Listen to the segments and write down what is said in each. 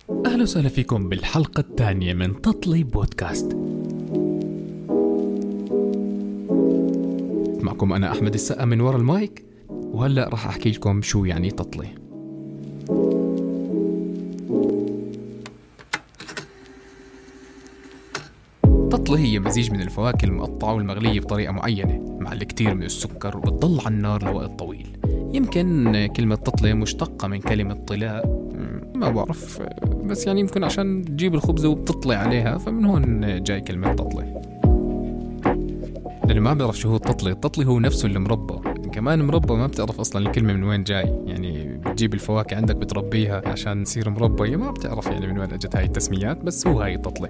أهلا وسهلا فيكم بالحلقة الثانية من تطلي بودكاست. معكم أنا أحمد السقا من وراء المايك، وهلأ راح أحكي لكم شو يعني تطلي. تطلي هي مزيج من الفواكه المقطعة والمغلية بطريقة معينة مع الكثير من السكر، وبتضل على النار لوقت طويل. يمكن كلمة تطلي مشتقة من كلمة طلاء، ما بعرف، بس يعني يمكن عشان تجيب الخبزة وبتطلي عليها، فمن هون جاي كلمة تطلي. لأنه ما بعرف شو هو التطلي. التطلي هو نفسه المربى، كمان مربى ما بتعرف أصلا الكلمة من وين جاي. يعني بتجيب الفواكه عندك بتربيها عشان تصير مربى، ما بتعرف يعني من وين أجت هاي التسميات، بس هو هاي التطلي.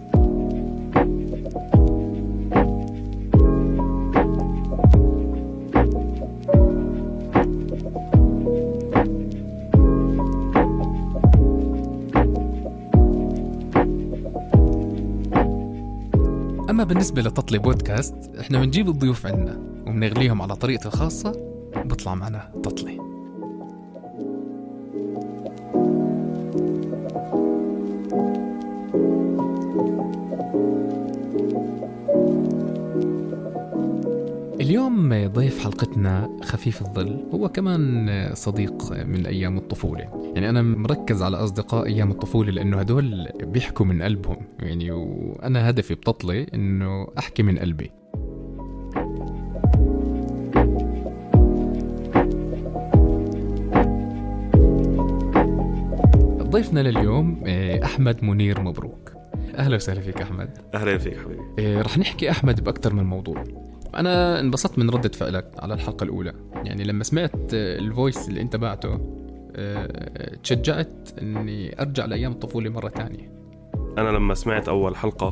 أما بالنسبة لتطلي بودكاست، إحنا بنجيب الضيوف عنا وبنغليهم على طريقة الخاصة، وبطلع معنا تطلي. اليوم ضيف حلقتنا خفيف الظل، هو كمان صديق من أيام الطفولة. يعني أنا مركز على أصدقاء أيام الطفولة لأنه هدول بيحكوا من قلبهم، يعني وأنا هدفي بتطلي إنه أحكي من قلبي. ضيفنا لليوم أحمد منير مبروك. أهلا وسهلا فيك أحمد. أهلا فيك حبيبي. رح نحكي أحمد بأكتر من موضوع. أنا انبسطت من ردة فعلك على الحلقة الأولى، يعني لما سمعت الفويس اللي أنت بعته تشجعت أني أرجع لأيام الطفولة مرة تانية. أنا لما سمعت أول حلقة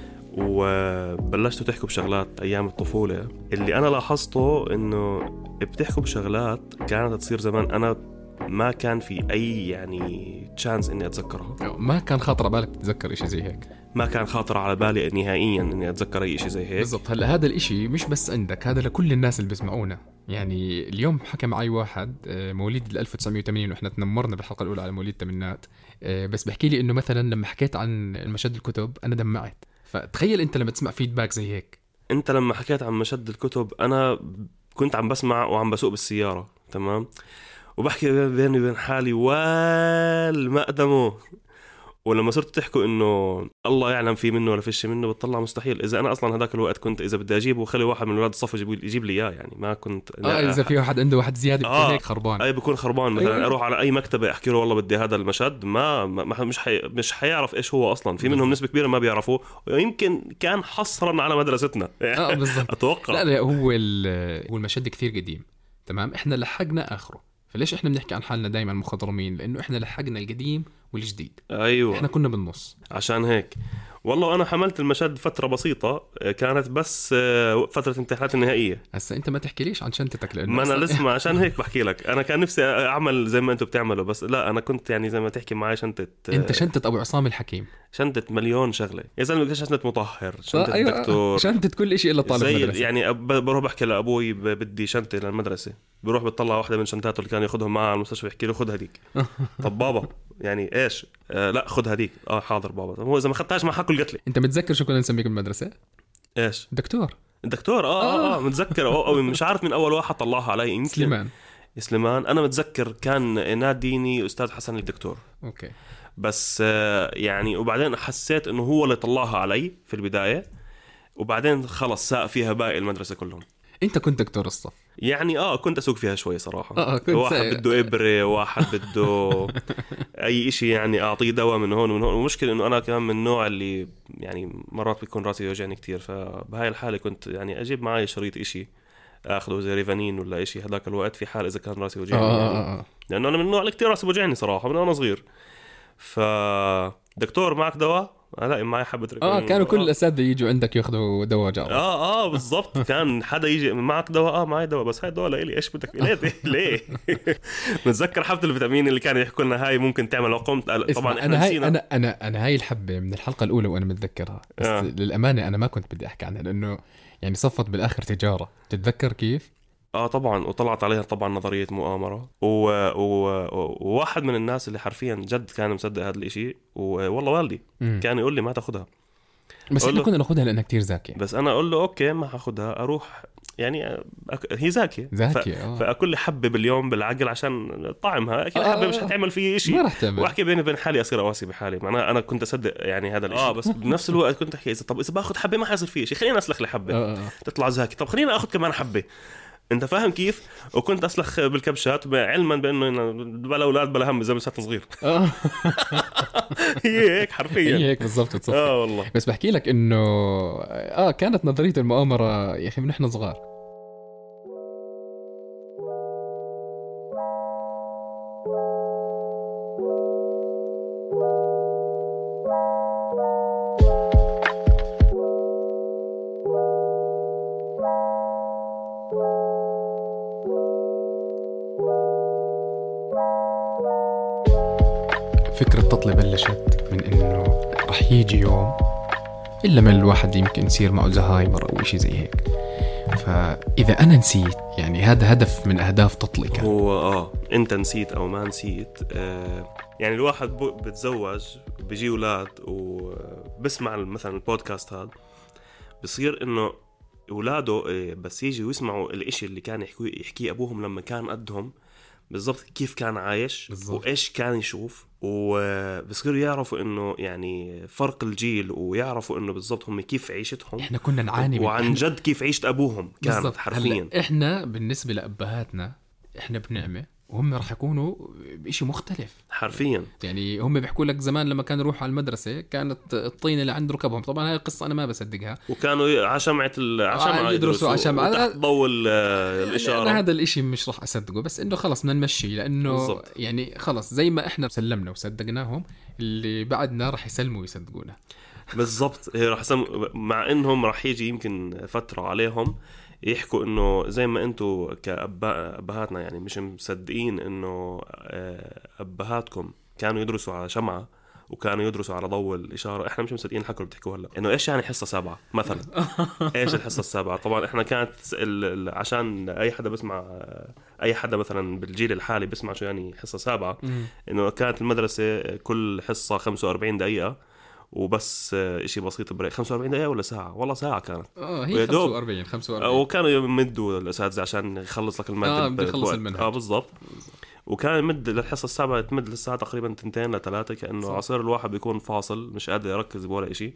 وبلشتوا تحكوا بشغلات أيام الطفولة، اللي أنا لاحظته إنه بتحكوا بشغلات كانت تصير زمان، أنا ما كان في أي يعني تشانس إني أتذكرها. ما كان خاطر بالك تتذكر إشي زي هيك؟ ما كان خاطر على بالي نهائيا إني أتذكر أي إشي زي هيك. بالضبط. هلأ هذا الإشي مش بس عندك، هذا لكل الناس اللي بيسمعونا. يعني اليوم حكى معي واحد مواليد 1980، وإحنا تنمرنا بالحلقة الأولى على مواليد الثمانينات، بس بحكي لي إنه مثلا لما حكيت عن المشد الكتب أنا دمعت. فتخيل أنت لما تسمع فيدباك زي هيك. أنت لما حكيت عن مشد الكتب أنا كنت عم بسمع وعم بسوق بالسيارة، تمام، وبحكي بيني وبين حالي والمقدمه. ولما صرت تحكوا انه الله يعلم في منه ولا فيش منه، بتطلع مستحيل. اذا انا اصلا هذاك الوقت كنت اذا بدي اجيبه وخلي واحد من اولاد الصف يجيب لي اياه، يعني ما كنت اذا في واحد عنده واحد زياده بيكون هيك خربان. اي بيكون خربان مثلا. أيوة. اروح على اي مكتبه احكي له والله بدي هذا المشد، مش حيعرف ايش هو اصلا. في منهم نسبه كبيره ما بيعرفوه، ويمكن كان حصرا على مدرستنا بالضبط. اتوقع. لا هو المشد كثير قديم، تمام. احنا لحقنا اخره، فليش احنا بنحكي عن حالنا دائما مخضرمين؟ لانه احنا لحقنا القديم والجديد. ايوه، احنا كنا بالنص. عشان هيك والله انا حملت المشد فتره بسيطه، كانت بس فتره امتحانات النهائيه. هسا انت ما تحكي ليش عن شنطتك، لانه ما انا لسه عشان هيك بحكي لك. انا كان نفسي اعمل زي ما انتم بتعملوا، بس لا، انا كنت يعني زي ما تحكي معي شنطه. انت شنطه ابو عصام الحكيم، شنطه مليون شغله يا زلمه. شنطه مطهر، شنطه أيوة. دكتور، شنطه كل شيء الا طالب مدرسه. يعني بروح بحكي لابوي بدي شنطه للمدرسه، بروح بتطلع واحده من شنطاته اللي كان ياخذهم معه على المستشفى، يحكي له خذ هديك. طب بابا يعني ايش؟ لا خذ هديك. حاضر بابا. هو اذا ما اخذتهاش ما حاكل قتلي. انت متذكر شو كنا نسميك بالمدرسه؟ ايش؟ دكتور. الدكتور. متذكر. او مش عارف من اول واحد طلعها علي. يمكن سليمان. انا متذكر كان ناديني استاذ حسن الدكتور. اوكي. بس يعني وبعدين حسيت انه هو اللي طلعها علي في البدايه، وبعدين خلص ساق فيها باقي المدرسه كلهم. انت كنت دكتور الصف يعني كنت اسوق فيها شوي صراحه. كنت واحد بده ابره، واحد بده اي اشي، يعني اعطيه دواء من هون ومن هون. ومشكلة انه انا كمان من النوع اللي يعني مرات بيكون راسي يوجعني كتير، فبهاي الحاله كنت يعني اجيب معي شريط اشي اخذه زي ريفانين ولا اشي هذاك الوقت في حال اذا كان راسي يوجعني. يعني لانه انا من النوع اللي كتير راسي بوجعني صراحه من وانا صغير. فدكتور معك دواء؟ الاقي معي حبه ريفانين. كانوا كل الاساتذه يجوا عندك ياخذوا دواء جاره. بالضبط. كان حدا يجي معك دواء؟ معي دواء، بس هاي الدواء لإلي. ايش بدك؟ ليه؟ متذكر حبه الفيتامين اللي كانوا يحكوا لنا هاي ممكن تعمل لو قمت. طبعا احنا نسينا. انا هاي الحبه من الحلقه الاولى وانا متذكرها، بس للامانه انا ما كنت بدي احكي عنها لانه يعني صفت بالاخر تجاره. تتذكر كيف طبعا، وطلعت عليها طبعا نظرية مؤامرة وواحد من الناس اللي حرفيا جد كان مصدق هذا الاشي، والله والدي كان يقول لي ما تاخدها، بس احنا كنا ناخدها لانها كتير زاكية. بس انا اقول له اوكي ما هاخدها، اروح يعني هي زاكية فاكل لي حبة باليوم بالعقل عشان طعمها، اكيد حبة مش هتعمل فيه اشي، ما رح تعمل. واحكي بيني وبين حالي اصير اواسي بحالي، معناها انا كنت اصدق يعني هذا الاشي بس بنفس الوقت كنت احكي طب اذا باخذ حبة ما حيصير فيه شيء، خليني اسلخ لي حبة تطلع زاكي، طب خليني اخذ كمان حبة، انت فاهم كيف؟ وكنت اسلخ بالكبشات علما بانه بلا اولاد بلا هم زي لساتني صغير. هي هيك حرفيا، هي هيك بالضبط. والله. بس بحكي لك انه كانت نظريه المؤامره يا اخي من احنا صغار. فكرة تطلي بلشت من إنه رح يجي يوم إلا ما الواحد يمكن يصير معه زهايمر أو إشي زي هيك، فإذا أنا نسيت يعني هذا هدف من أهداف تطلي كان هو أنت نسيت أو ما نسيت، يعني الواحد بتزوج بيجي أولاد وبسمع مثلا البودكاست هذا، بصير إنه أولاده بس يجي ويسمعوا الإشي اللي كان يحكيه أبوهم لما كان قدهم بالضبط، كيف كان عايش بالزبط. وإيش كان يشوف، وبصيروا يعرفوا إنه يعني فرق الجيل، ويعرفوا إنه بالضبط هم كيف عيشتهم. إحنا كنا نعاني وعن جد كيف عيشة أبوهم كانت حرفيا. إحنا بالنسبة لأبهاتنا إحنا بنعمة، وهم راح يكونوا بإشي مختلف حرفيا. يعني هم بيحكوا لك زمان لما كانوا يروحوا على المدرسة كانت الطينة اللي عند ركبهم، طبعا هاي القصة أنا ما بصدقها، وكانوا عشمعة يدرسوا عشمعة ضوء الإشارة. أنا هذا الإشي مش راح أصدقه، بس إنه خلص بدنا نمشي، لأنه بالزبط. يعني خلص زي ما إحنا سلمنا وصدقناهم، اللي بعدنا راح يسلموا ويصدقونا بالضبط. هي راح مع إنهم راح يجي يمكن فترة عليهم يحكوا إنه زي ما أنتوا كأبهاتنا يعني مش مصدقين إنه أبهاتكم كانوا يدرسوا على شمعة وكانوا يدرسوا على ضوء الإشارة، إحنا مش مصدقين الحكي اللي بتحكوه هلا، إنه إيش يعني حصة 7 مثلا. إيش الحصة 7؟ طبعا إحنا كانت عشان أي حدا بسمع، أي حدا مثلا بالجيل الحالي بسمع شو يعني حصة 7، إنه كانت المدرسة كل حصة 45 دقيقة وبس إشي بسيط بريك. 45 دقيقة ولا ساعة؟ والله ساعة كانت. هي 45 وكانوا يمدوا الأساتذة عشان يخلص لك المادة. بيخلص المنهج. بالضبط. وكان يمد للحصة 7 تمد للساعة تقريبا 2 ل 3، كأنه صح. عصير الواحد بيكون فاصل مش قادر يركز بولا إشي.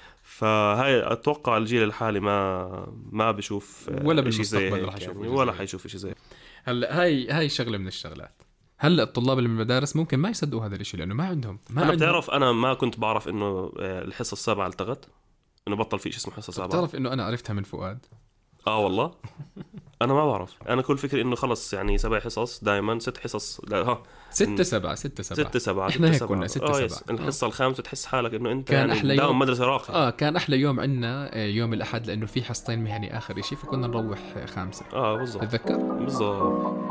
فهاي أتوقع الجيل الحالي ما بيشوف ولا بالمستقبل راح يشوف يعني ولا حيشوف إشي زي. هلا هاي شغلة من الشغلات. هلا الطلاب اللي من المدارس ممكن ما يصدقوا هذا الاشي لانه ما عندهم. انا بتعرف انا ما كنت بعرف انه الحصه 7 التغت، انه بطل في شيء اسمه حصه 7. بتعرف انه انا عرفتها من فؤاد. والله انا ما بعرف، انا كل فكري انه خلص يعني 7 حصص دائما 6 حصص، لا 6 7 احنا هيك كنا 6 7. الحصه الخامسه تحس حالك انه انت يعني داوم مدرسه راقيه. كان احلى يوم عندنا يوم الاحد لانه في حصتين مهني اخر شيء، فكنا نروح 5. بالضبط تتذكر بالضبط.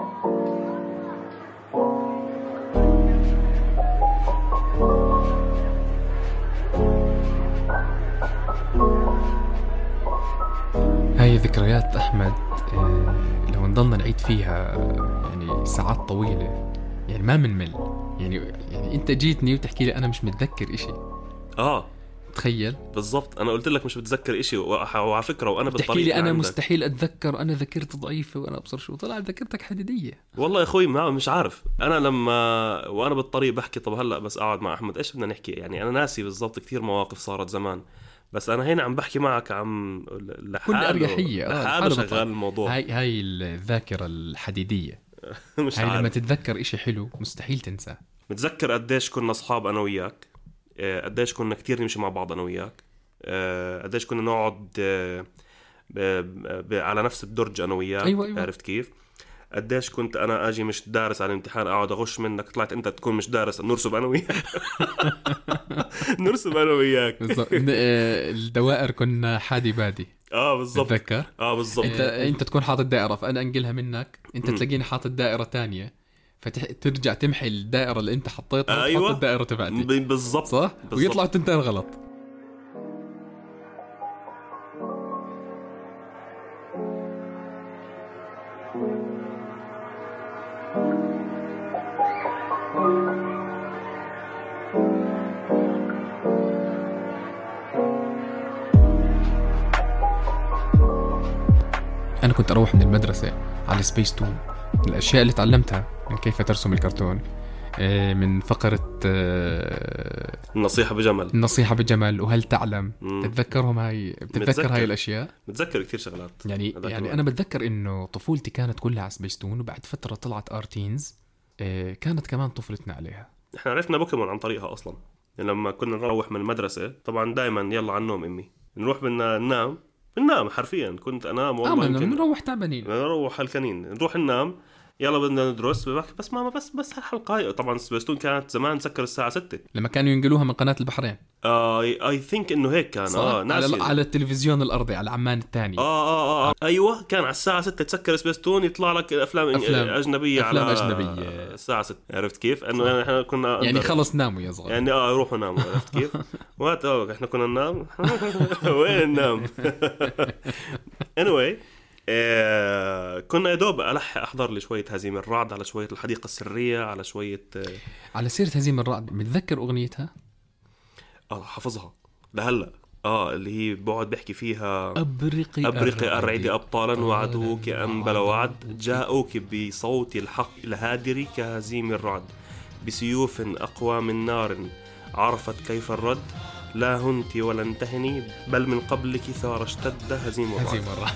هاي ذكريات أحمد لو نضلنا نعيد فيها يعني ساعات طويلة يعني ما منمل. يعني أنت جيتني وتحكي لي أنا مش متذكر إشي. تخيل بالضبط. أنا قلت لك مش بتذكر إشي، وعلى فكرة وأنا بالطريق تحكي لي أنا مستحيل أتذكر، أنا ذاكرتي ضعيفة وأنا أبصر شو طلع ذاكرتك حديدية. والله يا أخوي مش عارف. أنا لما وأنا بالطريق بحكي طب هلأ بس أقعد مع أحمد إيش بدنا نحكي، يعني أنا ناسي بالضبط كتير مواقف صارت زمان، بس أنا هنا عم بحكي معك عم كل أريحية. لحاله شغال الموضوع. هاي الذاكرة الحديدية. مش هاي عارف. لما تتذكر إشي حلو مستحيل تنساه. متذكر قديش كنا أصحاب أنا وياك، قديش كنا كتير نمشي مع بعض أنا وياك، قديش كنا نقعد على نفس الدرج أنا وياك. أيوة. عرفت كيف؟ قديش كنت أنا أجي مش دارس على الامتحان أقعد أغش منك، طلعت أنت تكون مش دارس نرسب أنا وياك. نرسب أنا وياك. الدوائر كنا حادي بادي. بالضبط. تتذكر؟ بالضبط. أنت تكون حاطط دائرة فأنا أنقلها منك، أنت تلاقيني حاطط دائرة تانية فترجع تمحي الدائرة اللي أنت حطيتها وتحط الدائرة تبعتي. بالضبط. صح؟ ويطلعوا تنتين غلط. كنت أروح من المدرسة على سبيس تون، الأشياء اللي تعلمتها من كيف ترسم الكرتون، من فقرة النصيحة بجمل وهل تعلم، تتذكرهم هاي؟ بتتذكر هاي الأشياء؟ بتذكر كثير شغلات يعني أنا بتذكر إنه طفولتي كانت كلها على سبيس تون، وبعد فترة طلعت آرتينز كانت كمان طفولتنا عليها. إحنا عرفنا بوكيمون عن طريقها أصلا، يعني لما كنا نروح من المدرسة طبعا دائما يلا على النوم أمي، نروح بدنا ننام حرفيا، كنت أنام والله يمكن نروح تعبانين، نروح هلكانين، نروح ننام، يلا بدنا ندرس، بس ماما بس هالحلقة. طبعا سبيستون كانت زمان تسكر الساعة 6 لما كانوا ينقلوها من قناة البحرين. اي ثينك انه هيك كان على التلفزيون الارضي على عمان الثاني. ايوه كان على الساعة 6 تسكر سبيستون، يطلع لك افلام اجنبية على أجنبية الساعة 6. عرفت كيف؟ انه احنا كنا يعني خلص ناموا يا صغار، يعني روحوا ناموا. عرفت كيف؟ احنا كنا ننام وين ننام. anyway كنا يدوب ألحق أحضر لي شوية هزيم الرعد، على شوية الحديقة السرية، على شوية على سيرة هزيم الرعد، متذكر أغنيتها؟ حافظها لهلأ. اللي هي بقعد بحكي فيها أبرقي أرعد أبطالا وعدوك أنبل وعد، جاءوك بصوت الحق الهادر كهزيم الرعد، بسيوف أقوى من نار عرفت كيف الرد، لا هنت ولا انتهني بل من قبلك ثار اشتد هزيم الرعد.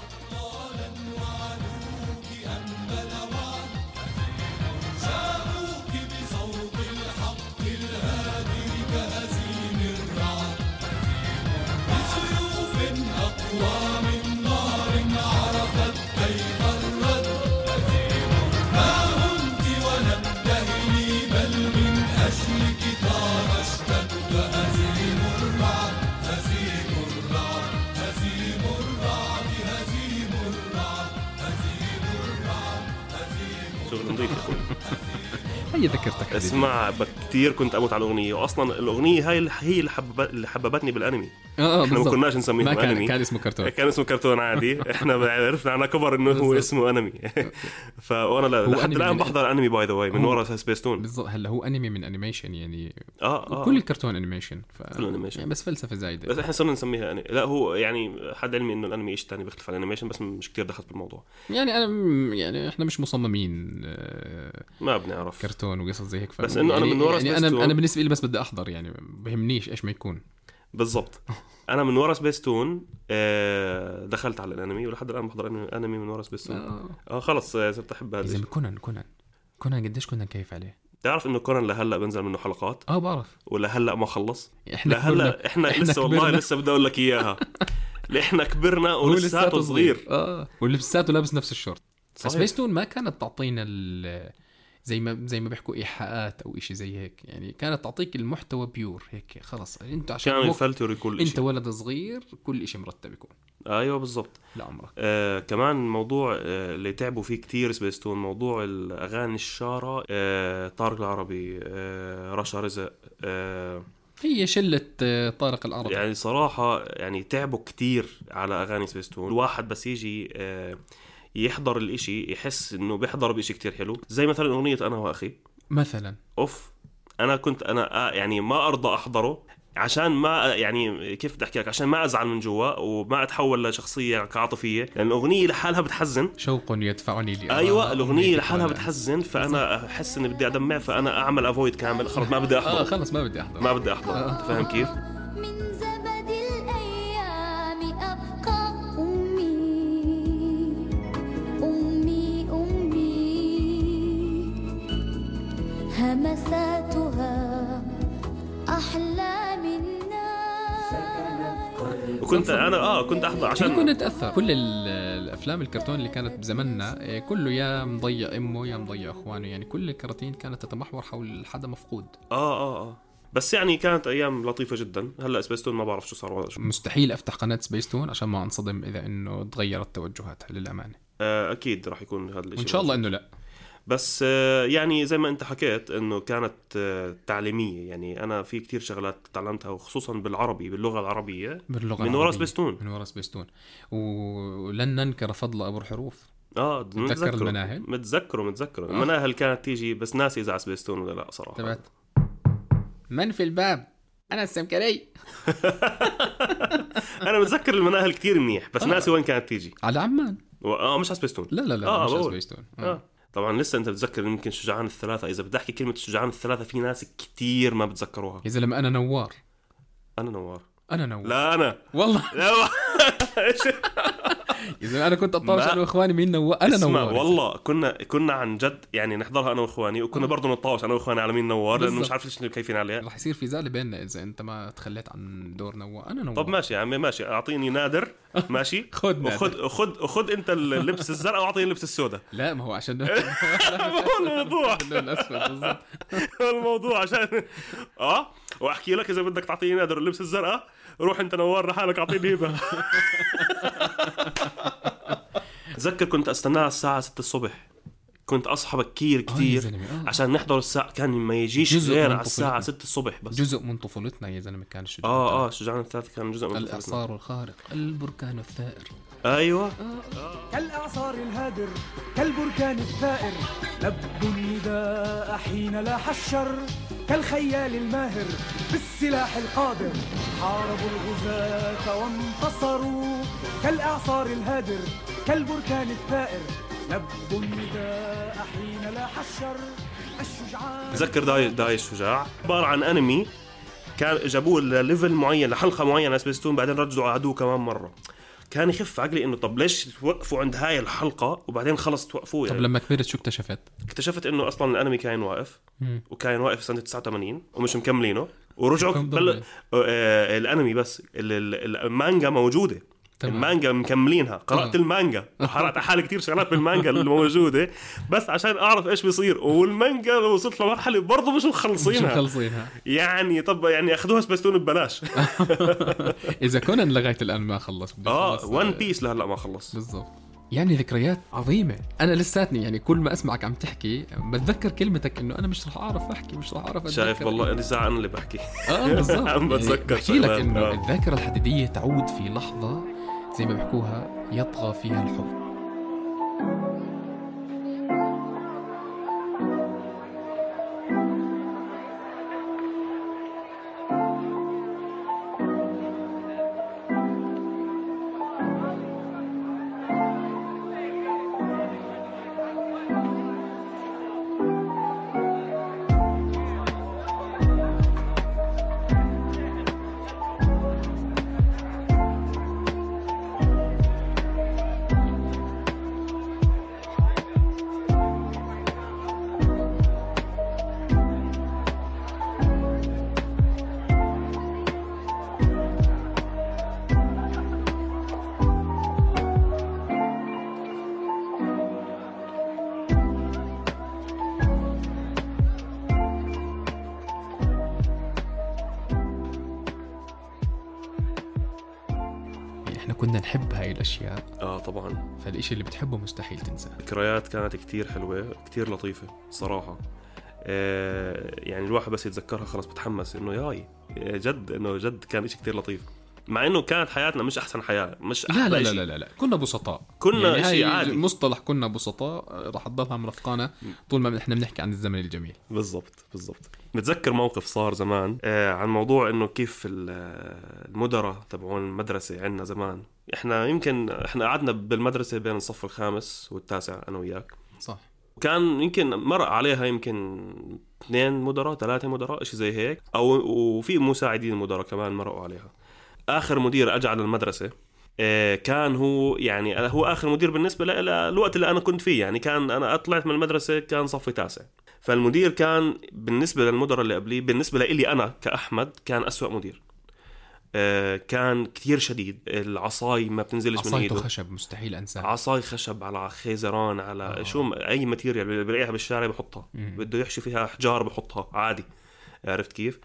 هي ذكرتك اسمع كتير كنت اموت على الاغنيه، واصلا الاغنيه هاي هي اللي حببتني بالانمي. احنا ما كناش نسميه انمي، كان اسمه كرتون عادي. احنا عرفنا على كبر انه هو اسمه انمي. فانا لحد الان بحضر انمي باي ذا واي من ورا سبيستون. بالضبط، هلا هو انمي من انيميشن يعني كل الكرتون انيميشن، يعني بس فلسفه زايده، بس احنا صرنا نسميها لا هو يعني حد علمي انه الانمي ايش ثاني بيختلف عن الانيميشن، بس مش كتير دخلت بالموضوع. يعني يعني احنا مش مصممين ما بنعرف كرتون وقصص زي هيك، بس انه انا من ورا يعني انا بالنسبه لي بس بدي احضر، يعني بهمنيش ايش ما يكون بالضبط. انا من ورا سبيستون دخلت على الانمي، ولحد الان بحضر انمي من ورا سبيستون. خلص صرت احب هذا. اذا كونان قديش كنا كيف عليه؟ تعرف انه كونان لهلا بنزل منه حلقات؟ بعرف، ولا هلا ما خلص. لهلا احنا لسه والله لسه بدي اقول لك اياها. احنا كبرنا ولساته صغير ولساته لابس نفس الشورت. سبيستون ما كانت تعطينا زي ما بيحكوا إيحاءات أو إشي زي هيك، يعني كانت تعطيك المحتوى بيور هيك خلص. أنت عشان كان يفلتر كل إشي، أنت ولد صغير كل إشي مرتب يكون. أيوة بالضبط. لا عمرك. كمان موضوع اللي تعبوا فيه كتير سبيستون، موضوع الأغاني الشارة. طارق العربي، رشا رزق، هي شلة طارق العربي، يعني صراحة يعني تعبوا كتير على أغاني سبيستون. الواحد بس يجي يحضر الاشي يحس انه بيحضر بشي كتير حلو، زي مثلا اغنية انا واخي مثلا. انا كنت يعني ما ارضى احضره عشان ما يعني كيف بدي احكي لك، عشان ما ازعل من جوا وما اتحول لشخصية عاطفية، لان الاغنية لحالها بتحزن. شوق يدفعني لي. ايوه الاغنية لحالها بتحزن، فانا احس اني بدي ادمع، فانا اعمل افويد كامل. خلص ما بدي احضر. خلص ما بدي احضر. انت فاهم كيف؟ همساتها أحلى منا. وكنت أنا كنت أحضر عشان كنت أتأثر. كل الأفلام الكرتون اللي كانت بزمننا كله يا مضيع أمه يا مضيع أخوانه، يعني كل الكراتين كانت تتمحور حول حدا مفقود. بس يعني كانت أيام لطيفة جدا. هلأ سبيستون ما بعرف شو صار ولا شو. مستحيل أفتح قناة سبيستون عشان ما أنصدم إذا إنه تغيرت توجهاتها للأمانة. أكيد راح يكون هذا الشيء، وإن شاء الله إنه لا. بس يعني زي ما انت حكيت انه كانت تعليمية، يعني انا في كتير شغلات تعلمتها وخصوصا بالعربي، باللغة العربية من وراء سبيستون. ولن ننكر فضل ابو الحروف. متذكر المناهل. متذكره المناهل كانت تيجي، بس ناسي اذا على سبيستون ولا لا صراحة. تبعت من في الباب؟ انا السمكري. انا متذكر المناهل كتير منيح، بس ناسي وين كانت تيجي. على عمان. مش على سبيستون. لا مش على سبيستون. طبعا لسه انت بتذكر يمكن شجعان الثلاثة. اذا بدي احكي كلمة شجعان الثلاثة في ناس كتير ما بتذكروها. يا زلمة انا نوار. لا انا والله لا إذا أنا كنت أطالع أنا وإخواني مين نوار. أنا نوار والله كنا عن جد يعني نحضرها أنا وإخواني وكنا برضو نطاوش أنا وإخواني على مين نوار لأنه مش عارف ليش كيفين عليها. رح يصير في زعل بيننا إذا أنت ما تخليت عن دور نوار. أنا نوار. طب ماشي يا عمي ماشي أعطيني نادر ماشي خد أنت اللبس الزرقاء وأعطيني اللبس السوداء. لا ما هو عشان الموضوع الموضوع عشان وأحكي لك إذا بدك تعطيني نادر اللبس الزرقاء روح أنت نوار لحالك أعطيني هبة. أتذكر كنت أستناها الساعة 6 الصبح. كنت أصحى بكير كتير عشان نحضر الساعة. كان ما يجيش غير على الساعة 6 الصبح بس. جزء من طفولتنا يا زلمة كان الشجاع. شجاعان الثلاثة كان جزء من طفولتنا. الإعصار الخارق البركان الثائر. أيوة كالإعصار الهادر كالبركان الثائر لبوا النداء حين لاح الشر كالخيال الماهر بالسلاح القادر حاربوا الغزاة وانتصروا كالإعصار الهادر كالبركان الثائر لبوا النداء حين لاح الشر الشجعان. تذكر داي الشجاع عبارة عن أنمي كان جابوه لليفل معين لحلقة معينة سبيستون بعدين رجعوا عادوه كمان مرة. كان يخف عقلي انه طب ليش توقفوا عند هاي الحلقة وبعدين خلص توقفوه يعني. طب لما كبرت شو اكتشفت انه اصلا الانمي كان واقف وكان واقف سنة 89 ومش مكملينه ورجعوا الانمي بس المانجا موجودة. المانجا مكملينها. قرأت المانجا وحرقت حالي كتير شغلات بالمانجا اللي موجودة بس عشان أعرف إيش بيصير. والمانجا وصلت لمرحلة برضو مش مخلصينها يعني. طب يعني أخذوها سبيستون ببلاش. إذا كونان لغاية الآن ما خلص. وان بيس لا ما خلص بالضبط. يعني ذكريات عظيمة. أنا لساتني يعني كل ما أسمعك عم تحكي بتذكر كلمتك إنه أنا مش رح أعرف أحكي مش رح أعرف أتذكر. شايف والله أنا ساعة أنا اللي بحكي. بالضبط. عم بتذكر يعني بحكي لك إنه الذاكرة الحديدية تعود في لحظة زي ما بحكوها يطغى فيها الحب. كنا نحب هاي الأشياء. طبعا. فالإشي اللي بتحبه مستحيل تنساه. ذكريات كانت كتير حلوة كتير لطيفة صراحة. يعني الواحد بس يتذكرها خلاص بتحمس إنه ياي جد إنه جد كان إشي كتير لطيف مع إنه كانت حياتنا مش أحسن حياة مش لا لا, لا لا لا لا كنا بسطاء. كنا يعني شيء عادي. مصطلح كنا بسطاء راح تضلها مرفقانا طول ما إحنا بنحكي عن الزمن الجميل. بالضبط. متذكر موقف صار زمان عن موضوع إنه كيف المدراء تبعون المدرسة عندنا زمان. إحنا قعدنا بالمدرسة بين الصف الخامس والتاسع أنا وياك. صح. وكان يمكن مرق عليها يمكن 2 مدراء 3 مدراء إشي زي هيك وفي مساعدين مدراء كمان مرقوا عليها. آخر مدير أجى على المدرسة كان هو يعني هو آخر مدير بالنسبة للوقت اللي أنا كنت فيه. يعني كان أنا أطلعت من المدرسة كان صف 9. فالمدير كان بالنسبة للمدراء اللي قبلي بالنسبة لي أنا كأحمد كان أسوأ مدير. كان كتير شديد. العصاي ما بتنزلش من ايده. عصاي خشب مستحيل انساه. عصاي خشب على خيزران على شو اي ماتيريال بلاقيها بالشارع بحطها. بده يحشي فيها احجار بحطها عادي. عرفت كيف؟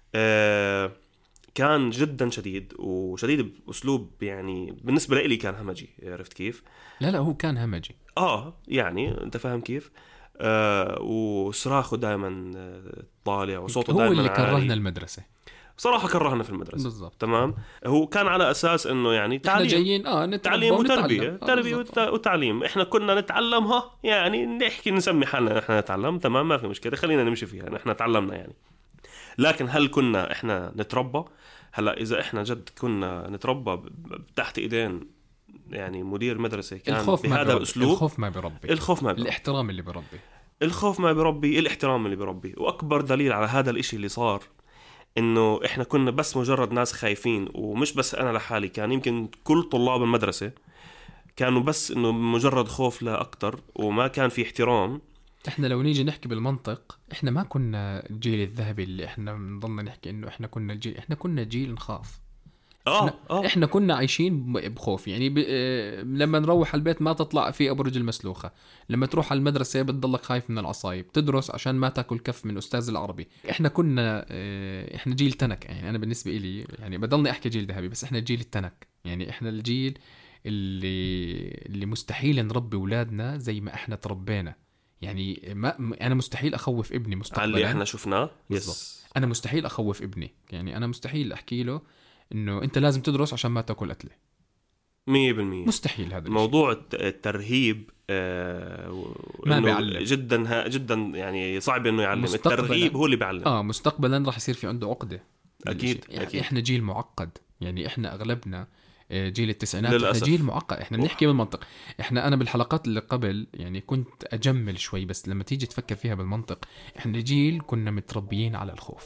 كان جدا شديد وشديد باسلوب يعني بالنسبه لي كان همجي. عرفت كيف؟ لا هو كان همجي. يعني انت فاهم كيف؟ وصراخه دائما طالع وصوته دائما هو اللي كرهنا المدرسة صراحة. كرهنا في المدرسة بالضبط. تمام. هو كان على أساس إنه يعني تعليم جايين تعليم وتربية وتعليم. إحنا كنا نتعلمها يعني نحكي نسمي حالنا إحنا نتعلم تمام ما في مشكلة خلينا نمشي فيها إحنا تعلمنا يعني. لكن هل كنا إحنا نتربى؟ هلا إذا إحنا جد كنا نتربى تحت إيدين يعني مدير مدرسة كان الخوف بهذا الأسلوب. الخوف ما بربي، الاحترام اللي بربي. الخوف ما بربي، الاحترام اللي بربي. وأكبر دليل على هذا الاشي اللي صار إنه إحنا كنا بس مجرد ناس خايفين، ومش بس أنا لحالي، كان يمكن كل طلاب المدرسة كانوا بس إنه مجرد خوف لا أكتر، وما كان في احترام. احنا لو نيجي نحكي بالمنطق، احنا ما كنا الجيل الذهبي اللي احنا بنضلنا نحكي انه احنا كنا الجيل، احنا كنا جيل نخاف. احنا كنا عايشين بخوف. يعني لما نروح البيت ما تطلع في أبرج المسلوخة، لما تروح على المدرسة بتضلك خايف من العصايب، تدرس عشان ما تاكل كف من أستاذ العربي. احنا كنا احنا جيل تنك. يعني أنا بالنسبة إلي يعني بضلني أحكي جيل ذهبي، بس احنا جيل التنك. يعني احنا الجيل اللي مستحيل نربي أولادنا زي ما احنا تربينا. يعني أنا مستحيل أخوف ابني مستقبلا اللي احنا شفناه. أنا مستحيل أخوف ابني. يعني أنا مستحيل أحكي له إنه أنت لازم تدرس عشان ما تأكل أكلة. 100% مستحيل. هذا موضوع الترهيب ما بيعلم جدا يعني صعب إنه يعلم. الترهيب هو اللي بيعلم. مستقبلا راح يصير في عنده عقدة. أكيد. يعني أكيد. إحنا جيل معقد. يعني إحنا أغلبنا جيل التسعينات للأسف. إحنا جيل معقد. إحنا بنحكي بالمنطق. أنا بالحلقات اللي قبل يعني كنت أجمل شوي، بس لما تيجي تفكر فيها بالمنطق إحنا جيل كنا متربيين على الخوف.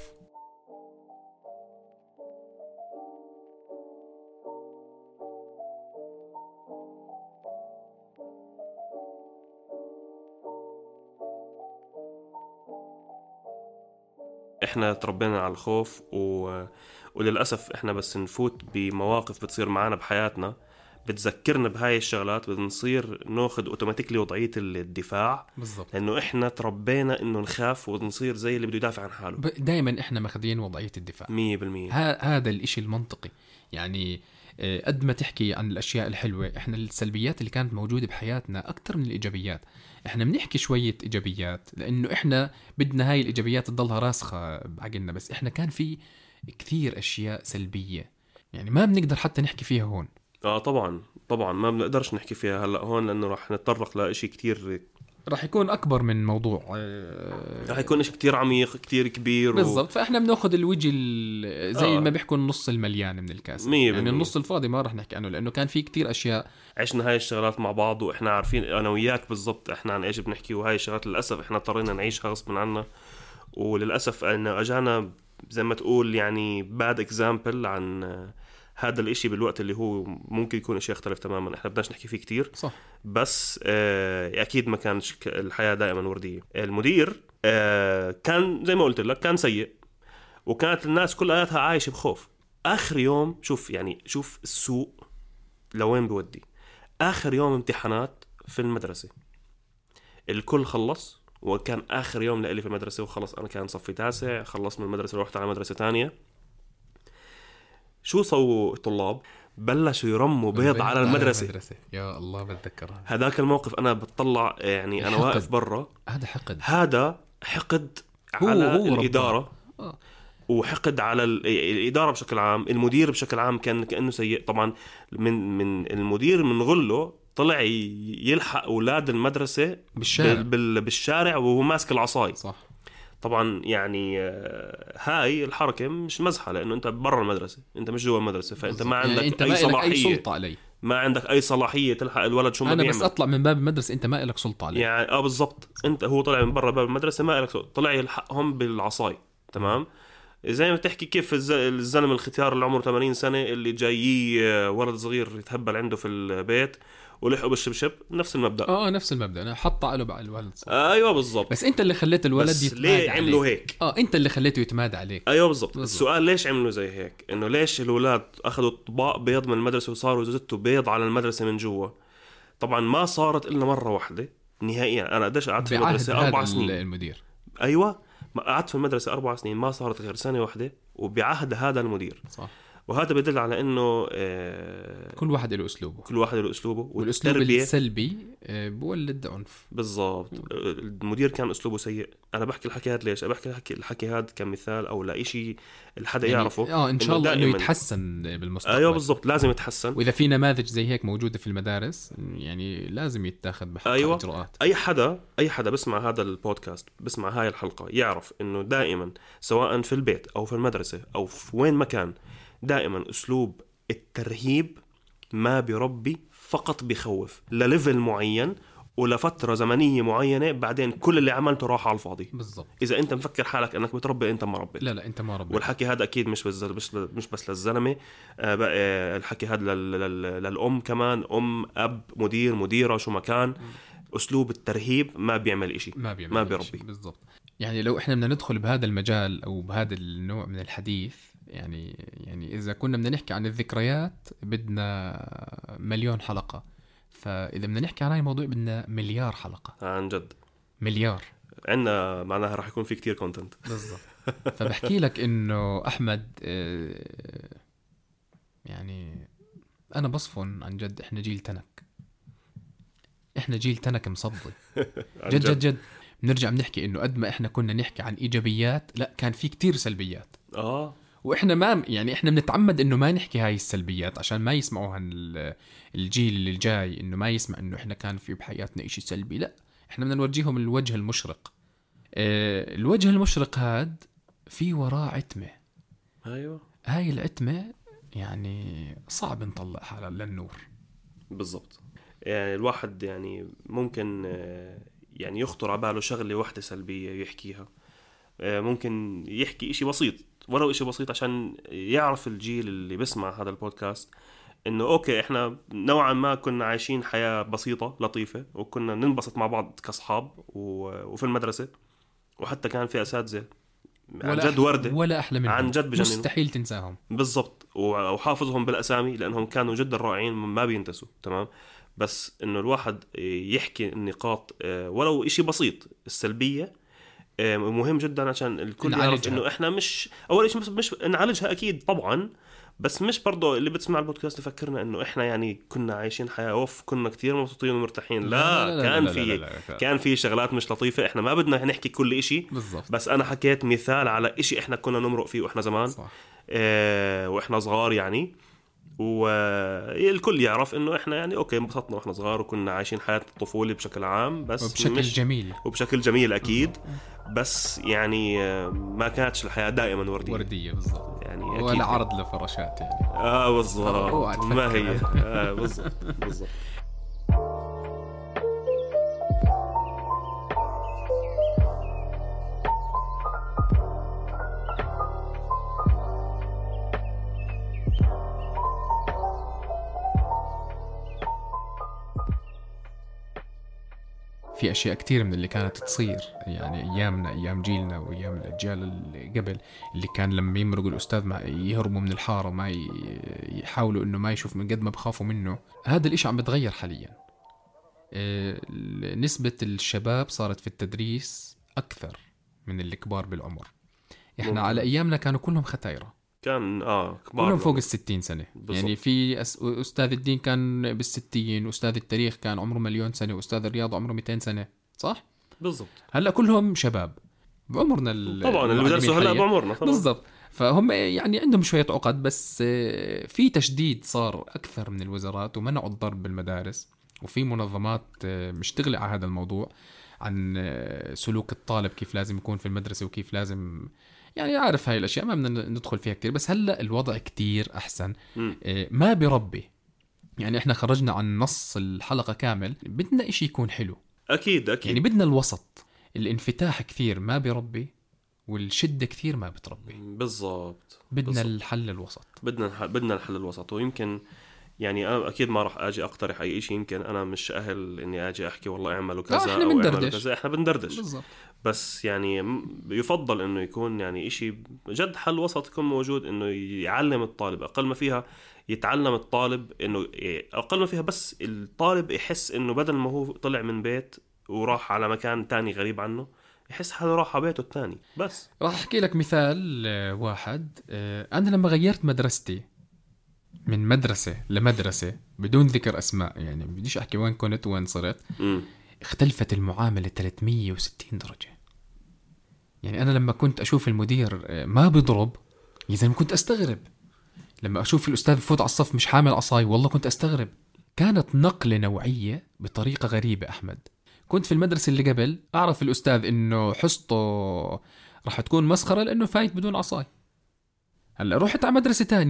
احنا تربينا على الخوف وللأسف احنا بس نفوت بمواقف بتصير معنا بحياتنا بتذكرنا بهاي الشغلات، بنصير ناخد اوتوماتيكلي وضعية الدفاع. بالضبط. لأنه احنا تربينا انه نخاف ونصير زي اللي بده يدافع عن حاله. دائما احنا ماخذين وضعية الدفاع. 100%. هذا الاشي المنطقي. يعني قد ما تحكي عن الاشياء الحلوة، احنا السلبيات اللي كانت موجودة بحياتنا اكتر من الايجابيات. احنا بنحكي شوية ايجابيات لانه احنا بدنا هاي الايجابيات تضلها راسخة بعقلنا، بس احنا كان في كثير اشياء سلبية يعني ما بنقدر حتى نحكي فيها هون. طبعا ما بنقدرش نحكي فيها هلا هون، لانه راح نتطرق لإشي كتير، راح يكون اكبر من موضوع، راح يكون إشي كتير عميق كتير كبير. بالضبط. فاحنا بناخذ الوجه زي ما بيحكوا النص المليان من الكاس. يعني النص الفاضي ما راح نحكي عنه، لانه كان في كتير اشياء عشنا هاي الشغلات مع بعض، واحنا عارفين انا وياك بالضبط احنا عن ايش بنحكي، وهاي الشغلات للاسف احنا اضطرينا نعيشها غصب عنا. وللاسف انه اجانا زي ما تقول يعني bad example عن هذا الاشي بالوقت اللي هو ممكن يكون اشي يختلف تماما. احنا بدناش نحكي فيه كتير، صح. بس اكيد ما كانش الحياة دائما وردية. المدير كان زي ما قلت لك كان سيء، وكانت الناس كلها عايشة بخوف. اخر يوم شوف السوق لوين بودي. اخر يوم امتحانات في المدرسة الكل خلص، وكان اخر يوم لإلي في المدرسة وخلص. انا كان صفي 9، خلص من المدرسة ورحت على مدرسة تانية. شو سووا الطلاب؟ بلشوا يرموا بيض على المدرسة. يا الله بتذكر هذاك الموقف. أنا بتطلع يعني أنا واقف برا. هذا حقد على الإدارة، وحقد على الإدارة بشكل عام. المدير بشكل عام كأنه سيء. طبعا من المدير من غله طلع يلحق أولاد المدرسة بالشارع وهو ماسك العصاي. صح. طبعا يعني هاي الحركة مش مزحة، لأنه أنت برا المدرسة، أنت مش جوا المدرسة، فأنت ما عندك يعني أي صلاحية، أي سلطة علي. ما عندك أي صلاحية تلحق الولد شو ما بيعمل. أنا بس أطلع من باب المدرسة، أنت ما إلك سلطة علي. يعني بالضبط. أنت هو طلع من برا باب المدرسة ما إلك سلطة، طلع يلحقهم بالعصاي. تمام. زي ما تحكي كيف الزلم الختيار اللي عمره 80 سنة اللي جاي ولد صغير يتهبل عنده في البيت ولحقوا بالشبشب. نفس المبدأ. نفس المبدأ. أنا حط عقله بقى الولد. أيوة بالضبط. بس أنت اللي خليت الولد يتمادى عليك. ليه عملوا هيك؟ أنت اللي خليته يتمادى عليك. أيوة بالضبط. السؤال ليش عملوا زي هيك؟ إنه ليش الولاد أخذوا طباق بيض من المدرسة وصاروا يزتوا بيض على المدرسة من جوا؟ طبعا ما صارت إلا مرة واحدة نهائيا. أنا قديش قعدت في المدرسة 4 سنين. المدير. أيوة قعدت في المدرسة 4 سنين ما صارت غير سنة واحدة وبعهد هذا المدير. صح. وهذا بدل على إنه كل واحد له أسلوبه. والأسلوب السلبي بولد عنف. بالضبط. المدير كان أسلوبه سيء. أنا بحكي الحكي هذا ليش؟ بحكي الحكي هذا كمثال أو لإشي الحدا يعني يعرفه. إن شاء الله إنه يتحسن بالمستقبل. أيوة بالضبط. لازم يتحسن. وإذا في نماذج زي هيك موجودة في المدارس يعني لازم يتاخذ بحقها. أيوة. إجراءات. أي حدا بسمع هذا البودكاست، بسمع هاي الحلقة، يعرف إنه دائما سواء في البيت أو في المدرسة أو في وين مكان، دائما أسلوب الترهيب ما بيربي فقط بيخوف لليفل معين ولفترة زمنية معينة، بعدين كل اللي عملته راح على الفاضي. بالضبط. إذا أنت مفكر حالك أنك بتربي، أنت ما ربيت. لا أنت ما ربيت. والحكي هذا أكيد مش بس للزلمة، بقى الحكي هذا للأم كمان، أم أب مديرة شو مكان. أسلوب الترهيب ما بيعمل إشي، ما بيربي. بالضبط. يعني لو إحنا بدنا ندخل بهذا المجال أو بهذا النوع من الحديث، يعني إذا كنا بدنا نحكي عن الذكريات بدنا مليون حلقة، فإذا بدنا نحكي عن هاي الموضوع بدنا مليار حلقة. عن جد مليار. عندنا معناها راح يكون في كتير كونتنت. بالضبط. فبحكي لك إنه أحمد، يعني أنا بصفن عن جد إحنا جيل تنك، إحنا جيل تنك مصدي. جد بنرجع بنحكي إنه قد ما إحنا كنا نحكي عن إيجابيات، لا كان في كتير سلبيات. وإحنا ما يعني إحنا بنتعمد إنه ما نحكي هاي السلبيات عشان ما يسمعوها الجيل اللي جاي، إنه ما يسمع إنه إحنا كان في بحياتنا إشي سلبي. لا، إحنا بدنا نورجيهم الوجه المشرق. الوجه المشرق هاد في وراه عتمة. أيوة. هاي العتمة يعني صعب نطلعها للنور. بالضبط. يعني الواحد يعني ممكن يعني يخطر على باله شغلة واحدة سلبية يحكيها، ممكن يحكي إشي بسيط، ولو إشي بسيط عشان يعرف الجيل اللي بسمع هذا البودكاست إنه أوكي إحنا نوعا ما كنا عايشين حياة بسيطة لطيفة، وكنا ننبسط مع بعض كأصحاب وفي المدرسة، وحتى كان في أساتذة عن جد وردة ولا أحلى منهم، عن جد بجننوا، مستحيل تنساهم. بالضبط. وحافظهم بالأسامي لأنهم كانوا جدا رائعين ما بينتسوا. تمام. بس إنه الواحد يحكي النقاط ولو إشي بسيط السلبية مهم جدا عشان الكل يعرف إنه إحنا مش أول شيء مش نعالجها أكيد طبعا، بس مش برضو اللي بتسمع البودكاست تفكرنا إنه إحنا يعني كنا عايشين حياة كنا كتير مبسوطين ومرتاحين. كان في شغلات مش لطيفة. إحنا ما بدنا نحكي كل إشي بالزبط. بس أنا حكيت مثال على إشي إحنا كنا نمرق فيه وإحنا زمان وإحنا صغار يعني، والكل يعرف إنه إحنا يعني أوكي انبسطنا وإحنا صغار وكنا عايشين حياة الطفولة بشكل عام، بس وبشكل جميل أكيد. بس يعني ما كانتش الحياة دائما وردية بالضبط يعني، ولا عرض لفراشات يعني. بالضبط ما هي بالضبط. في أشياء كتير من اللي كانت تصير يعني أيامنا، أيام جيلنا وأيام الأجيال اللي قبل، اللي كان لما يمرقوا الأستاذ ما يهربوا من الحارة، ما يحاولوا إنه ما يشوف من قد ما بخافوا منه. هذا الإشي عم بتغير حاليا. نسبة الشباب صارت في التدريس أكثر من اللي كبار بالعمر. إحنا على أيامنا كانوا كلهم ختايرة، كان كلهم فوق 60 سنة بالضبط. يعني في أستاذ الدين كان بال60، أستاذ التاريخ كان عمره 1,000,000 سنة، وأستاذ الرياضة عمره 200 سنة، صح؟ بالضبط. هلا كلهم شباب بعمرنا طبعا اللي بدرسوا هلا بعمرنا بالضبط. فهم يعني عندهم شوية عقد، بس في تشديد صار أكثر من الوزارات، ومنعوا الضرب بالمدارس، وفي منظمات مشتغلة على هذا الموضوع عن سلوك الطالب، كيف لازم يكون في المدرسة وكيف لازم يعني عارف هاي الأشياء ما بدنا ندخل فيها كتير. بس هلأ الوضع كتير أحسن. ما بربي يعني إحنا خرجنا عن نص الحلقة كامل، بدنا إشي يكون حلو. أكيد يعني بدنا الوسط، الانفتاح كثير ما بربي، والشدة كثير ما بتربي. بالضبط. بدنا الحل الوسط، بدنا الحل الوسط. ويمكن يعني أنا أكيد ما راح أجي أقترح أي شيء، يمكن أنا مش أهل إني أجي أحكي والله اعملوا كذا أو اعملوا كذا. إحنا بندردش بالضبط. بس يعني يفضل إنه يكون يعني إشي جد حل وسط يكون موجود، إنه يعلم الطالب أقل ما فيها، يتعلم الطالب إنه أقل ما فيها، بس الطالب يحس إنه بدل ما هو طلع من بيت وراح على مكان تاني غريب عنه، يحس حاله راح على بيته التاني. بس راح أحكي لك مثال واحد. أنا لما غيرت مدرستي من مدرسة لمدرسة بدون ذكر أسماء، يعني بديش أحكي وين كنت وين صرت، اختلفت المعاملة 360 درجة. يعني أنا لما كنت أشوف المدير ما بيضرب إذا كنت أستغرب، لما أشوف الأستاذ بفوت على الصف مش حامل عصاي والله كنت أستغرب. كانت نقلة نوعية بطريقة غريبة. أحمد كنت في المدرسة اللي قبل أعرف الأستاذ إنه حصته راح تكون مسخرة لأنه فايت بدون عصاي. هلأ رحت على مدرسة تانية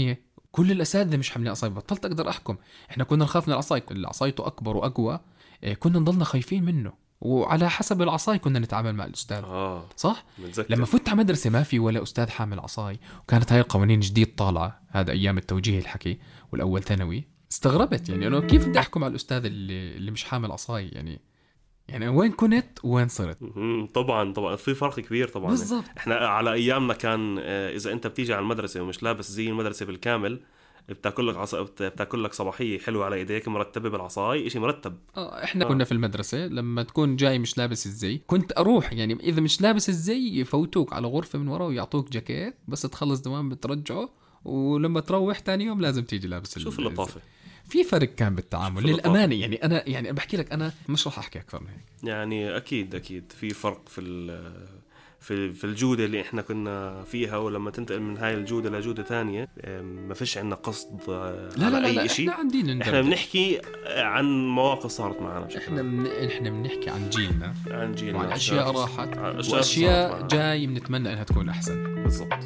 كل الاساتذه مش حاملين عصاي، بطلت اقدر احكم. احنا كنا نخاف من العصاي، اللي عصايته اكبر واقوى كنا نضلنا خايفين منه، وعلى حسب العصاي كنا نتعامل مع الاستاذ. صح. متذكر. لما فت على مدرسه ما في ولا استاذ حامل عصاي، وكانت هاي القوانين جديد طالعه، هذا ايام التوجيه الحكي والاول ثانوي، استغربت يعني انا كيف بدي احكم على الاستاذ اللي مش حامل عصاي. يعني وين كنت وين صرت. طبعا في فرق كبير طبعا. بالضبط. احنا على ايامنا كان اذا انت بتيجي على المدرسه ومش لابس زي المدرسه بالكامل، بتاكل لك صباحيه حلوه على ايديك مرتبه بالعصاي، إشي مرتب. احنا كنا في المدرسه لما تكون جاي مش لابس الزي كنت اروح، يعني اذا مش لابس الزي يفوتوك على غرفه من ورا ويعطوك جاكيت، بس تخلص دوام بترجعه، ولما تروح تاني يوم لازم تيجي لابس. شوف اللطافه. في فرق كان بالتعامل للامانه. يعني انا بحكي لك، انا مش راح احكي اكثر من هيك. يعني اكيد في فرق في الجودة اللي احنا كنا فيها، ولما تنتقل من هاي الجودة لجودة تانية ما فيش عنا قصد على أي شيء. احنا بنحكي عن مواقف صارت معنا. احنا بنحكي عن جيلنا وعن أشياء راحت وأشياء جاي بنتمنى أنها تكون أحسن. بالضبط.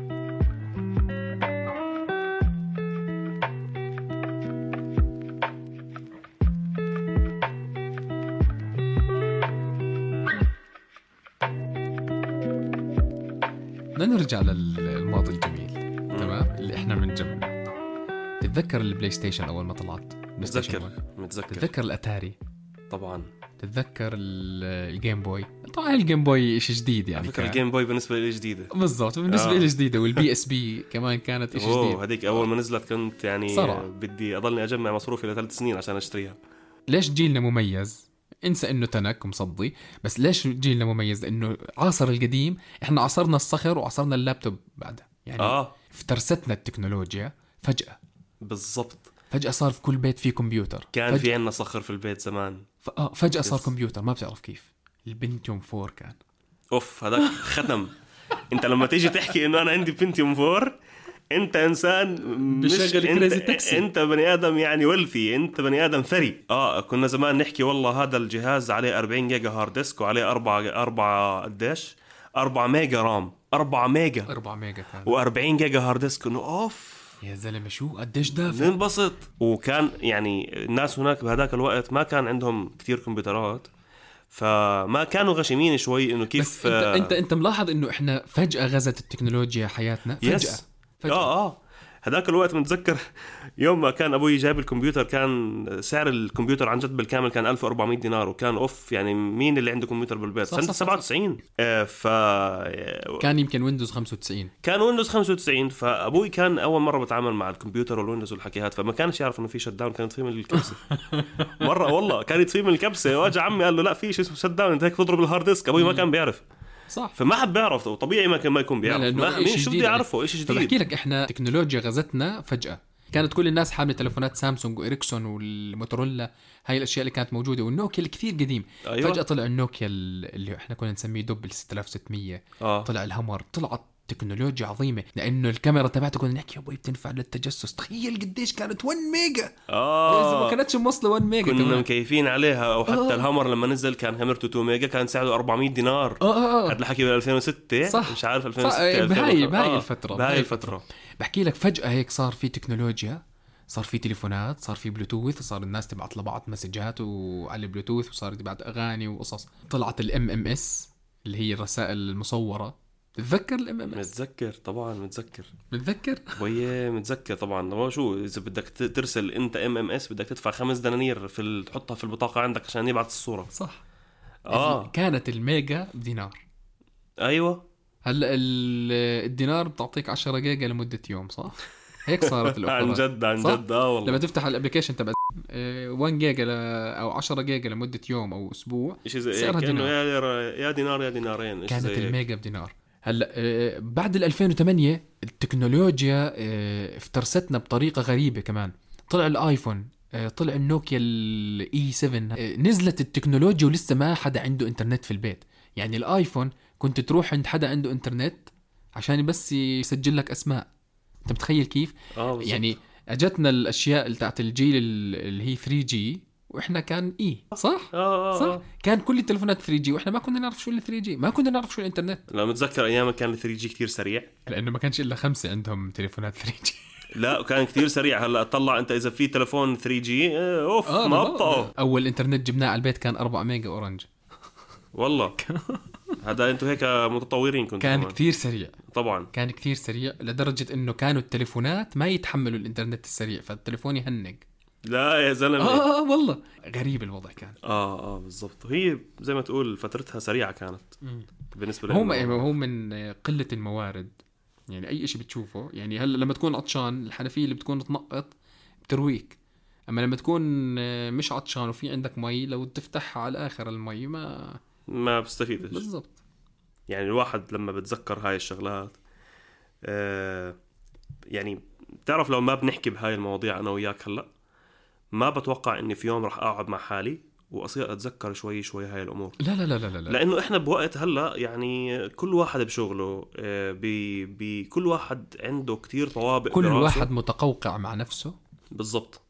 نرجع للماضي الجميل. تمام. اللي احنا بنجمعه. تتذكر البلاي ستيشن اول ما طلعت؟ متذكر. تتذكر الاتاري؟ طبعا. تتذكر الجيم بوي؟ طبعا الجيم بوي شيء جديد يعني. فكر الجيم بوي بالنسبه لي جديده. بالضبط بالنسبه لي جديده. والبي اس بي كمان كانت شيء جديد. هذيك اول ما نزلت كنت يعني بدي اضلني اجمع مصروفي ل3 سنين عشان اشتريها. ليش جيلنا مميز؟ انسى انه تنك مصدي، بس ليش جيلنا مميز؟ لانه عصر القديم احنا عصرنا الصخر وعصرنا اللابتوب بعدها يعني. افترستنا التكنولوجيا فجأة. بالضبط. فجأة صار في كل بيت فيه كمبيوتر. كان في عنا صخر في البيت زمان. فجأة صار كمبيوتر ما بتعرف كيف. البنتيوم 4 كان هذاك ختم. انت لما تيجي تحكي انه انا عندي بنتيوم 4 انت انسان بشغل كريزي تاكسي. انت بني ادم يعني ولفي، انت بني ادم ثري. كنا زمان نحكي والله هذا الجهاز عليه 40 جيجا هارد ديسك وعليه 4 قديش 4 ميجا رام. 4 ميجا كان و40 جيجا هارد ديسك. انه يا زلمه شو قديش دافع. ننبسط. وكان يعني الناس هناك بهداك الوقت ما كان عندهم كتير كمبيوترات، فما كانوا غشيمين شوي انه كيف. بس انت ملاحظ انه احنا فجأة غزت التكنولوجيا حياتنا فجأة. هذاك الوقت متذكر يوم ما كان ابوي جايب الكمبيوتر، كان سعر الكمبيوتر عن جد بالكامل كان 1400 دينار، وكان يعني مين اللي عنده كمبيوتر بالبيت سنة 97. كان يمكن ويندوز 95. كان ويندوز 95. فابوي كان اول مره بتعامل مع الكمبيوتر والويندوز والحكيات، فما كانش يعرف انه في شت داون. كانت فيه من الكبسه مره والله كانت فيه من الكبسه، واجا عمي قال له لا في شيء اسمه شت داون، انت هيك تضرب الهارد ديسك. ابوي ما كان بيعرف. صح. فما حد بيعرف، وطبيعي ما يكون بيعرف. مين شو بدي يعرفه؟ إيش جديد. بحكي لك احنا تكنولوجيا غزتنا فجأة. كانت كل الناس حامله تلفونات سامسونج وإريكسون والموتورولا، هاي الاشياء اللي كانت موجوده، والنوكيا الكثير قديم. أيوة. فجأة طلع النوكيا اللي احنا كنا نسميه دب 6600. طلع الهامر. طلعت تكنولوجيا عظيمة، لأنه الكاميرا تبعته كنا نحكي يا ابوي بتنفع للتجسس. تخيل قديش كانت 1 ميجا. وإذا ما كانتش موصلة 1 ميجا كنا مكيفين عليها. أو حتى الهامر لما نزل كان كاميرته 2 ميجا، كان سعره 400 دينار. هذا الحكي بال 2006. صح. مش عارف 2006 بهاي الفترة. بحكي لك فجأة هيك صار في تكنولوجيا، صار في تليفونات، صار في بلوتوث، صار الناس تبعت لبعض مسجات وعلى البلوتوث، وصار تبعت أغاني وقصص. طلعت MMS اللي هي الرسائل المصورة. تتذكر MMS؟ متذكر طبعا. متذكر ويه متذكر طبعا. ما شو إذا بدك ترسل أنت MMS بدك تدفع 5 دنانير تحطها في البطاقة عندك عشان يبعت الصورة. صح. كانت الميجا بدينار. أيوة. هلا الدينار بتعطيك 10 جيجا لمدة يوم. صح. هيك صارت الأوفرات. عن جد والله. لما تفتح الابليكيشن تبع 1 جيجا أو 10 جيجا لمدة يوم أو أسبوع سعرها دينار. يا دينار يا دينارين. كانت الميجا بدينار. هلا بعد 2008 التكنولوجيا افترستنا بطريقة غريبة كمان. طلع الايفون، طلع النوكيا الاي 7. نزلت التكنولوجيا ولسه ما حدا عنده انترنت في البيت. يعني الايفون كنت تروح عند حدا عنده انترنت عشان بس يسجل لك اسماء. انت متخيل كيف؟ يعني اجتنا الاشياء بتاعت الجيل اللي هي 3G واحنا كان صح؟ صح. كان كل التلفونات 3G واحنا ما كنا نعرف شو ال 3G، ما كنا نعرف شو الانترنت. لا متذكر ايام كان ال 3G كتير سريع، لانه ما كانش الا 5 عندهم تليفونات 3G. لا كان كتير سريع. هلا اطلع انت اذا في تلفون 3G اوف ما بطأه. اول انترنت جبناه على البيت كان 4 ميجا اورنج والله هذا انتوا هيك متطورين كنتوا. كان كمان كتير سريع، طبعا. كان كتير سريع لدرجة انه كانوا التليفونات ما يتحملوا الانترنت السريع، فالتليفون يهنج. لا يا زلمه والله غريب الوضع كان. بالضبط. هي زي ما تقول فترتها سريعه كانت بالنسبه لهم. هو من قلة الموارد، يعني اي شيء بتشوفه. يعني هلا لما تكون عطشان الحنفية اللي بتكون تنقط بترويك، اما لما تكون مش عطشان وفي عندك مي لو تفتحها على اخر المي ما بستفيدش بالضبط. يعني الواحد لما بتذكر هاي الشغلات يعني بتعرف لو ما بنحكي بهاي المواضيع انا وياك هلا ما بتوقع اني في يوم رح اقعد مع حالي واصير اتذكر شوي شوي هاي الامور. لا لا لا لا لا. لانه احنا بوقت هلا يعني كل واحد بشغله كل واحد عنده كتير طوابق كل براسه. واحد متقوقع مع نفسه بالضبط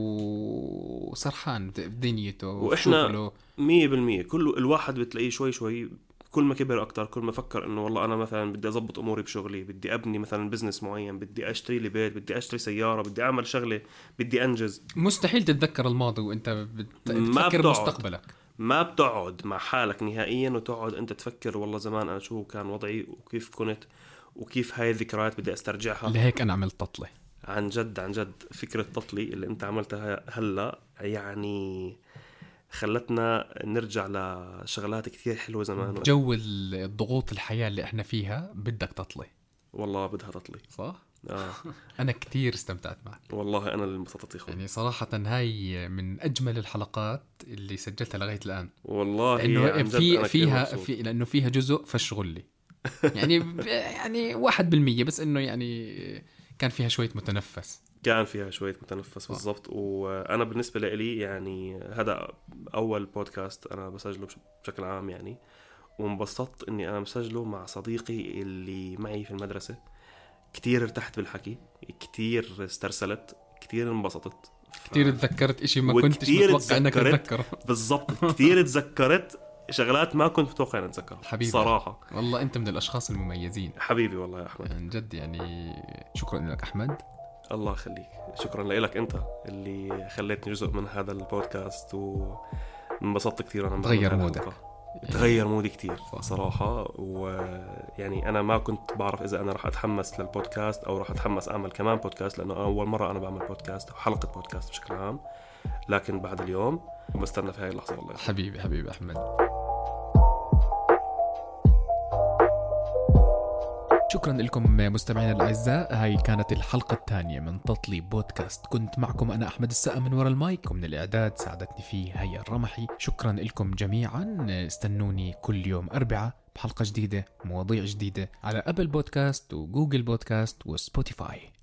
وسرحان بدنيته وإحنا 100% كل الواحد بتلاقيه شوي شوي كل ما كبر أكتر كل ما فكر إنه والله أنا مثلا بدي أضبط أموري بشغلي، بدي أبني مثلا بزنس معين، بدي أشتري لي بيت، بدي أشتري سيارة، بدي أعمل شغلة، بدي أنجز. مستحيل تتذكر الماضي وأنت بتفكر مستقبلك. ما بتقعد مع حالك نهائيا وتقعد أنت تفكر والله زمان أنا شو كان وضعي وكيف كنت وكيف هاي الذكريات بدي أسترجعها. لهيك أنا عملت تطلة. عن جد فكرة تطلي اللي أنت عملتها هلا يعني خلتنا نرجع لشغلات كثير حلوة زمان. جو الضغوط الحياة اللي احنا فيها بدك تطلي. والله بدها تطلي صح؟ أنا كتير استمتعت معك. والله أنا اللي انبسطت يا أخوي. يعني صراحة هاي من أجمل الحلقات اللي سجلتها لغاية الآن. والله إنه لأنه فيها جزء فشغل لي يعني 1% بس إنه يعني كان فيها شوية متنفس. بالضبط. وأنا بالنسبة لي يعني هذا أول بودكاست أنا بسجله بشكل عام يعني، وانبسطت إني أنا مسجله مع صديقي اللي معي في المدرسة. كتير ارتحت بالحكي، كتير استرسلت، كتير انبسطت، كتير تذكرت إشي ما كنتش متوقع إنك تذكره. بالضبط كتير تذكرت شغلات ما كنت متوقع أن أتذكرها حبيبي. صراحة والله أنت من الأشخاص المميزين حبيبي. والله يا أحمد عن جد يعني شكرا لك أحمد. الله يخليك. شكرا لك أنت اللي خليتني جزء من هذا البودكاست وانبسطت كثير. أنا تغير مودي كتير صراحة. ويعني أنا ما كنت بعرف إذا أنا راح أتحمس للبودكاست أو راح أتحمس أعمل كمان بودكاست، لأنه أول مرة أنا بعمل بودكاست أو حلقة بودكاست بشكل عام. لكن بعد اليوم بستنى في هاي اللحظة. والله حبيبي أحمد. شكرا لكم مستمعينا الأعزاء. هاي كانت الحلقة الثانية من تطلي بودكاست. كنت معكم أنا أحمد السقا من وراء المايك، ومن الإعداد ساعدتني فيه هيا الرمحي. شكرا لكم جميعا. استنوني كل يوم أربعاء بحلقة جديدة، مواضيع جديدة على أبل بودكاست وجوجل بودكاست وسبوتيفاي.